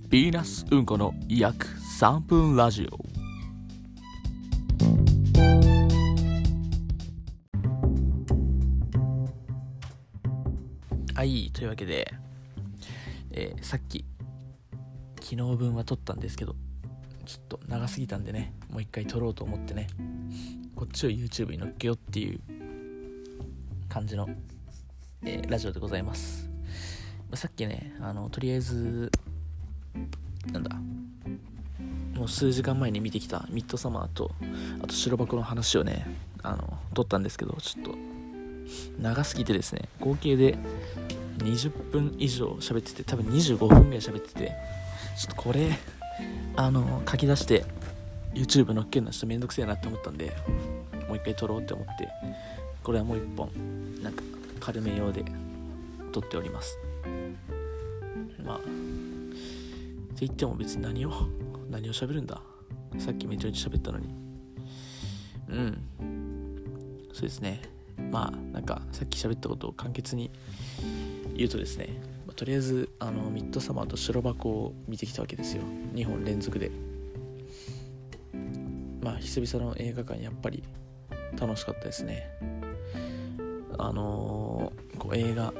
ヴィーナスうんこの約3分ラジオ。はい、というわけで、さっき昨日分は撮ったんですけど、ちょっと長すぎたんでね、もう一回撮ろうと思ってね、こっちを YouTube に載っけようっていう感じの、ラジオでございます。さっきね、とりあえずもう数時間前に見てきたミッドサマーと、あと白箱の話をね撮ったんですけど、ちょっと長すぎてですね、合計で20分以上喋ってて、多分25分ぐらい喋ってて、ちょっとこれ書き出して YouTube 載っけるのはちょっとめんどくせえなって思ったんで、もう一回撮ろうって思って、これはもう一本なんか軽め用で撮っております。まあって言っても別に何を喋るんだ。さっきめちゃめちゃ喋ったのに。そうですね。まあなんかさっき喋ったことを簡潔に言うとですね、とりあえずミッドサマーと白箱を見てきたわけですよ。2本連続で。まあ久々の映画館、やっぱり楽しかったですね。こう映画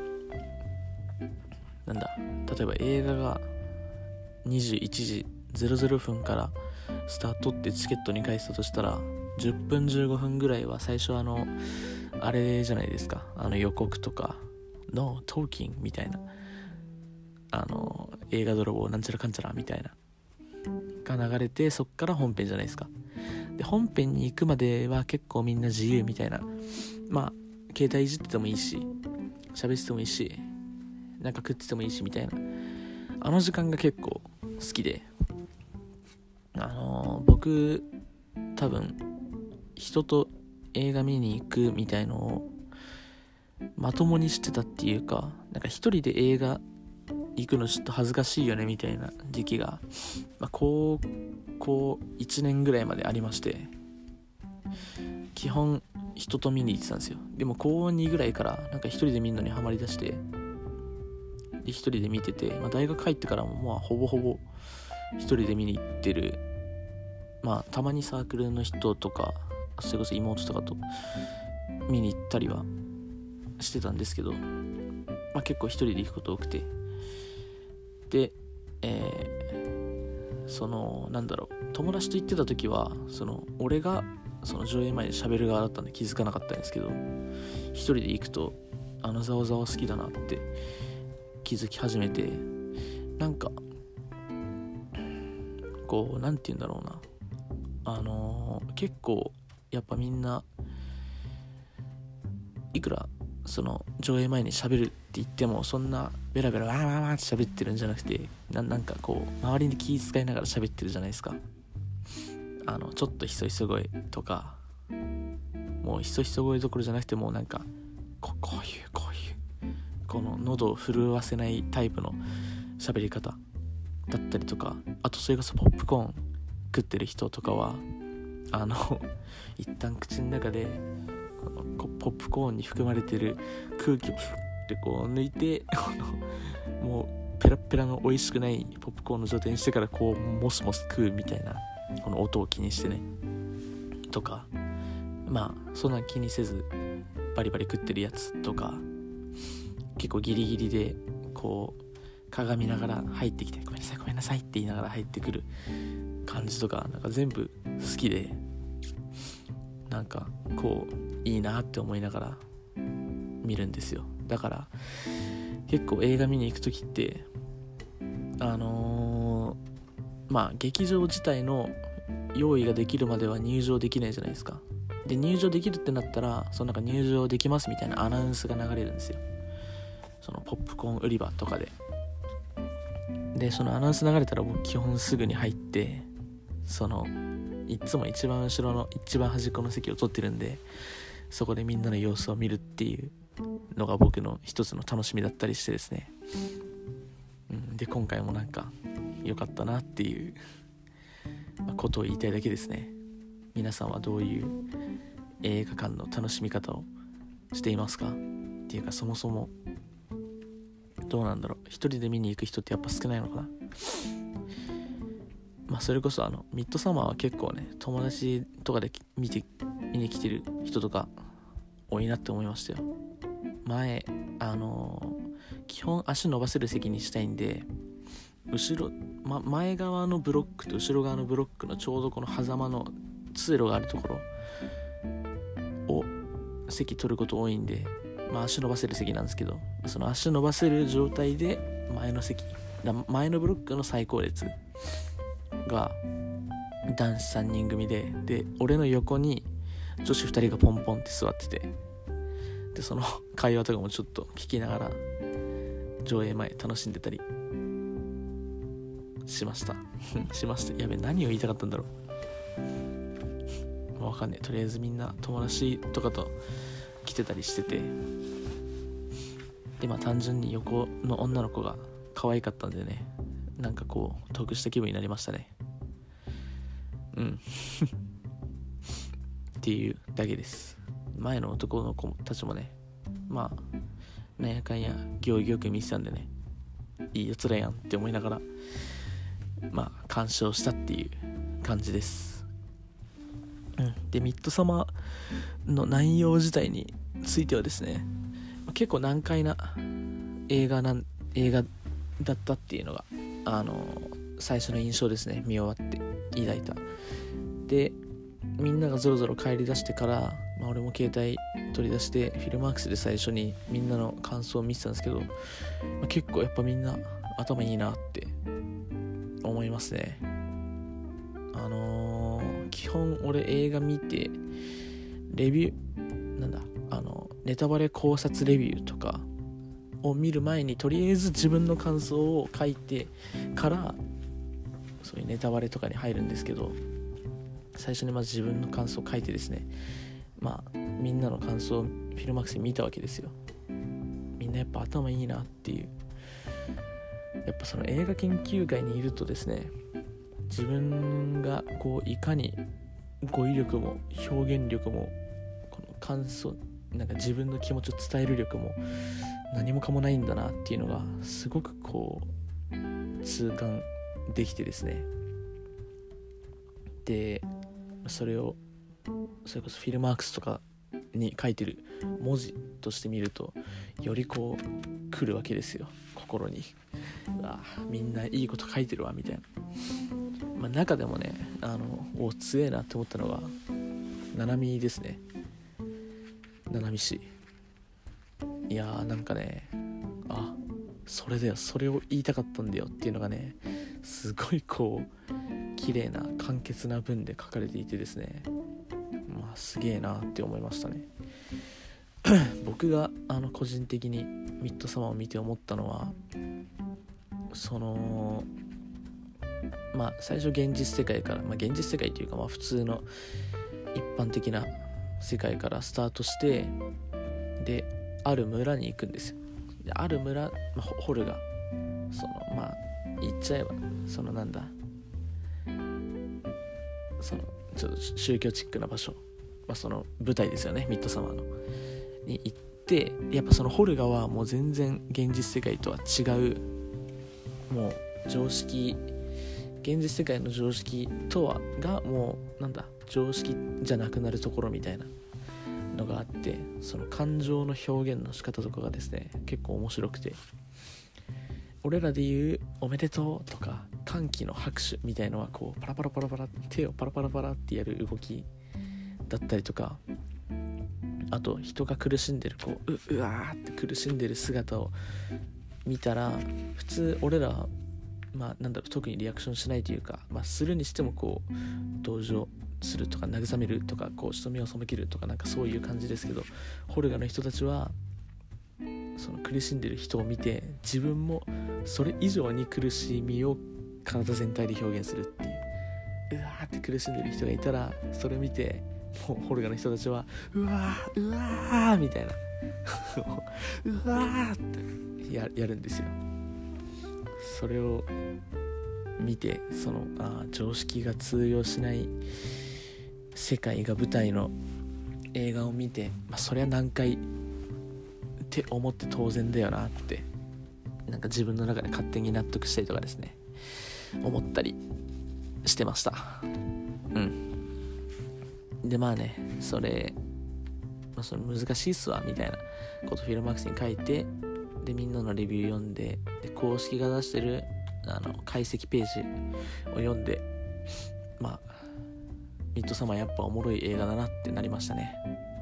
例えば映画が21時00分からスタートってチケットに返したとしたら、10分15分ぐらいは最初あれじゃないですか、予告とかのトーキングみたいな、映画泥棒なんちゃらかんちゃらみたいなが流れて、そっから本編じゃないですか。で本編に行くまでは結構みんな自由みたいな、まあ携帯いじっててもいいし、喋っててもいいし、なんか食っててもいいしみたいな、時間が結構好きで、僕多分人と映画見に行くみたいのをまともにしてたっていうか、なんか一人で映画行くのちょっと恥ずかしいよねみたいな時期が、高校1年ぐらいまでありまして、基本人と見に行ってたんですよ。でも高2ぐらいからなんか一人で見るのにハマりだして、で一人で見てて、大学入ってからもほぼほぼ一人で見に行ってる。たまにサークルの人とか、それこそ妹とかと見に行ったりはしてたんですけど、結構一人で行くこと多くて、で、友達と行ってた時は俺が上映前に喋る側だったんで気づかなかったんですけど、一人で行くとざわざわ好きだなって気づき始めて、なんかこうなんて言うんだろうな、結構やっぱみんないくら上映前に喋るって言っても、そんなベラベラわーわーわーって喋ってるんじゃなくて、なんかこう周りに気遣いながら喋ってるじゃないですか。ちょっとひそひそ声とか、もうひそひそ声どころじゃなくて、もうなんかこういうこの喉を震わせないタイプの喋り方だったりとか、あとそれこそポップコーン食ってる人とかは一旦口の中でポップコーンに含まれてる空気をってこう抜いてもうペラペラの美味しくないポップコーンの状態にしてからこうモスモス食うみたいな、この音を気にしてねとか、そんな気にせずバリバリ食ってるやつとか、結構ギリギリでこう鏡見ながら入ってきて、ごめんなさいって言いながら入ってくる感じとか、なんか全部好きで、なんかこういいなって思いながら見るんですよ。だから結構映画見に行くときって劇場自体の用意ができるまでは入場できないじゃないですか。で入場できるってなったら、なんか入場できますみたいなアナウンスが流れるんですよ、ポップコーン売り場とかで。でそのアナウンス流れたら僕基本すぐに入って、いつも一番後ろの一番端っこの席を取ってるんで、そこでみんなの様子を見るっていうのが僕の一つの楽しみだったりしてですね、で今回もなんか良かったなっていうことを言いたいだけですね。皆さんはどういう映画館の楽しみ方をしていますかっていうか、そもそもどうなんだろう、一人で見に行く人ってやっぱ少ないのかな。まあそれこそミッドサマーは結構ね、友達とかで見に来てる人とか多いなって思いましたよ。前基本足伸ばせる席にしたいんで、前側のブロックと後ろ側のブロックのちょうどこの狭間の通路があるところを席取ること多いんで、足伸ばせる席なんですけど、その足伸ばせる状態で前のブロックの最後列が男子3人組で俺の横に女子2人がポンポンって座ってて、でその会話とかもちょっと聞きながら上映前楽しんでたりしましたやべ、何を言いたかったんだろう、わかんねえ。とりあえずみんな友達とかと来てたりしてて、で単純に横の女の子が可愛かったんでね、なんかこう得した気分になりましたね。っていうだけです。前の男の子たちもね、なんやかんや行儀よく見てたんでね、いいやつらやんって思いながら鑑賞したっていう感じです。でミッドサマーの内容自体についてはですね、結構難解な映画だったっていうのが最初の印象ですね。見終わって抱いた。でみんながぞろぞろ帰り出してから、俺も携帯取り出してフィルマークスで最初にみんなの感想を見てたんですけど、結構やっぱみんな頭いいなって思いますね。基本俺映画見てレビューネタバレ考察レビューとかを見る前にとりあえず自分の感想を書いてからそういうネタバレとかに入るんですけど、最初にまず自分の感想を書いてですね、みんなの感想をフィルマークスで見たわけですよ。みんなやっぱ頭いいなっていう。やっぱその映画研究会にいるとですね、自分がこういかに語彙力も表現力もこの感想自分の気持ちを伝える力も何もかもないんだなっていうのがすごくこう痛感できてですね、でそれこそフィルマークスとかに書いてる文字として見るとよりこう来るわけですよ、心に。みんないいこと書いてるわみたいな。中でもね強えなって思ったのがななみですね。ななみ氏、いやなんかね、それだよ、それを言いたかったんだよっていうのがね、すごいこう綺麗な簡潔な文で書かれていてですね、すげえなって思いましたね。僕が個人的にミッドサマーを見て思ったのは、最初現実世界から、現実世界というか普通の一般的な世界からスタートして、である村に行くんですよ。である村、ホルが言っちゃえばちょっと宗教チックな場所、その舞台ですよね、ミッドサマーのに行って、やっぱそのホルガはもう全然現実世界とは違う、もう現実世界の常識とはがもう常識じゃなくなるところみたいなのがあって、その感情の表現の仕方とかがですね結構面白くて、俺らで言うおめでとうとか歓喜の拍手みたいのはこうパラパラパラパラ手をパラパラパラってやる動きだったりとか、あと人が苦しんでるうわーって苦しんでる姿を見たら、普通俺ら特にリアクションしないというか、するにしてもこう同情するとか慰めるとかこう人目を背けるとかそういう感じですけど、ホルガの人たちはその苦しんでる人を見て自分もそれ以上に苦しみを体全体で表現するっていう、うわーって苦しんでる人がいたらそれ見てもうホルガの人たちはうわーみたいなうわーってやるんですよ。それを見て常識が通用しない世界が舞台の映画を見て、そりゃ難解って思って当然だよなってなんか自分の中で勝手に納得したりとかですね、思ったりしてました。でまあね、それ難しいっすわみたいなことフィルマークスに書いて、でみんなのレビュー読んで、で公式が出してる解析ページを読んで、まあミッドサマーやっぱおもろい映画だなってなりましたね。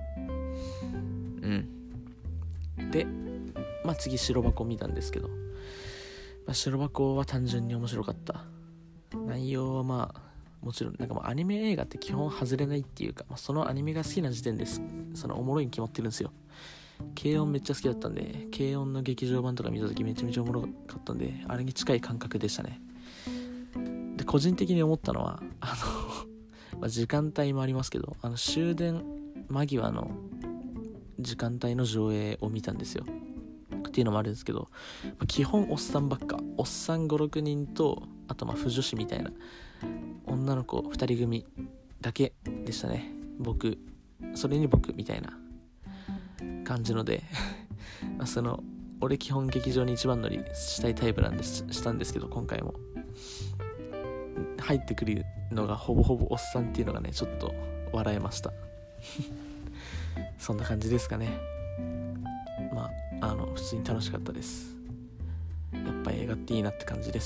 でまあ次白箱見たんですけど、白箱は単純に面白かった。内容はまあもちろんなんかもうアニメ映画って基本外れないっていうか、そのアニメが好きな時点ですそのおもろいに決まってるんですよ。軽音めっちゃ好きだったんで、軽音の劇場版とか見た時めちゃめちゃおもろかったんで、あれに近い感覚でしたね。で個人的に思ったのは時間帯もありますけど、終電間際の時間帯の上映を見たんですよっていうのもあるんですけど、基本おっさんばっか、おっさん 5,6 人と、あと腐女子みたいな女の子2人組だけでしたね。それに僕みたいな感じので俺基本劇場に一番乗りしたいタイプしたんですけど、今回も入ってくるのがほぼほぼおっさんっていうのがね、ちょっと笑えましたそんな感じですかね。普通に楽しかったです。やっぱ映画っていいなって感じです。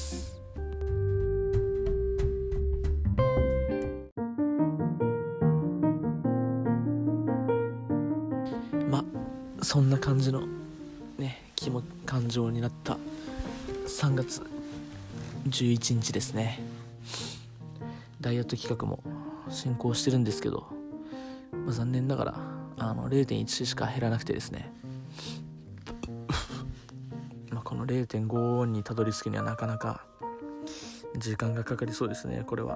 そんな感じのね、感情になった3月11日ですね。ダイエット企画も進行してるんですけど、残念ながら0.1 しか減らなくてですねこの 0.5 にたどり着くにはなかなか時間がかかりそうですね。これは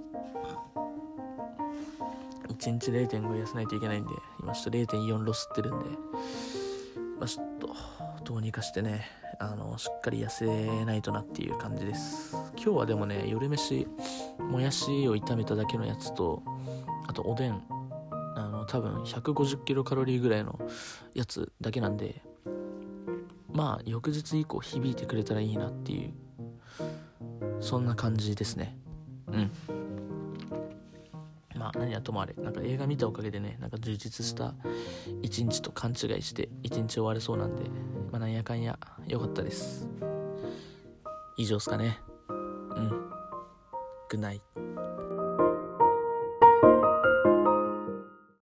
1日 0.5 痩せないといけないんで、今ちょっと 0.4 ロスってるんで、ちょっとどうにかしてね、しっかり痩せないとなっていう感じです。今日はでもね、夜飯もやしを炒めただけのやつと、あとおでん多分150キロカロリーぐらいのやつだけなんで、翌日以降響いてくれたらいいなっていう、そんな感じですね。何はともあれ、映画見たおかげでね、充実した一日と勘違いして一日終われそうなんで、なんやかんや良かったです。以上ですかね。グッナイト。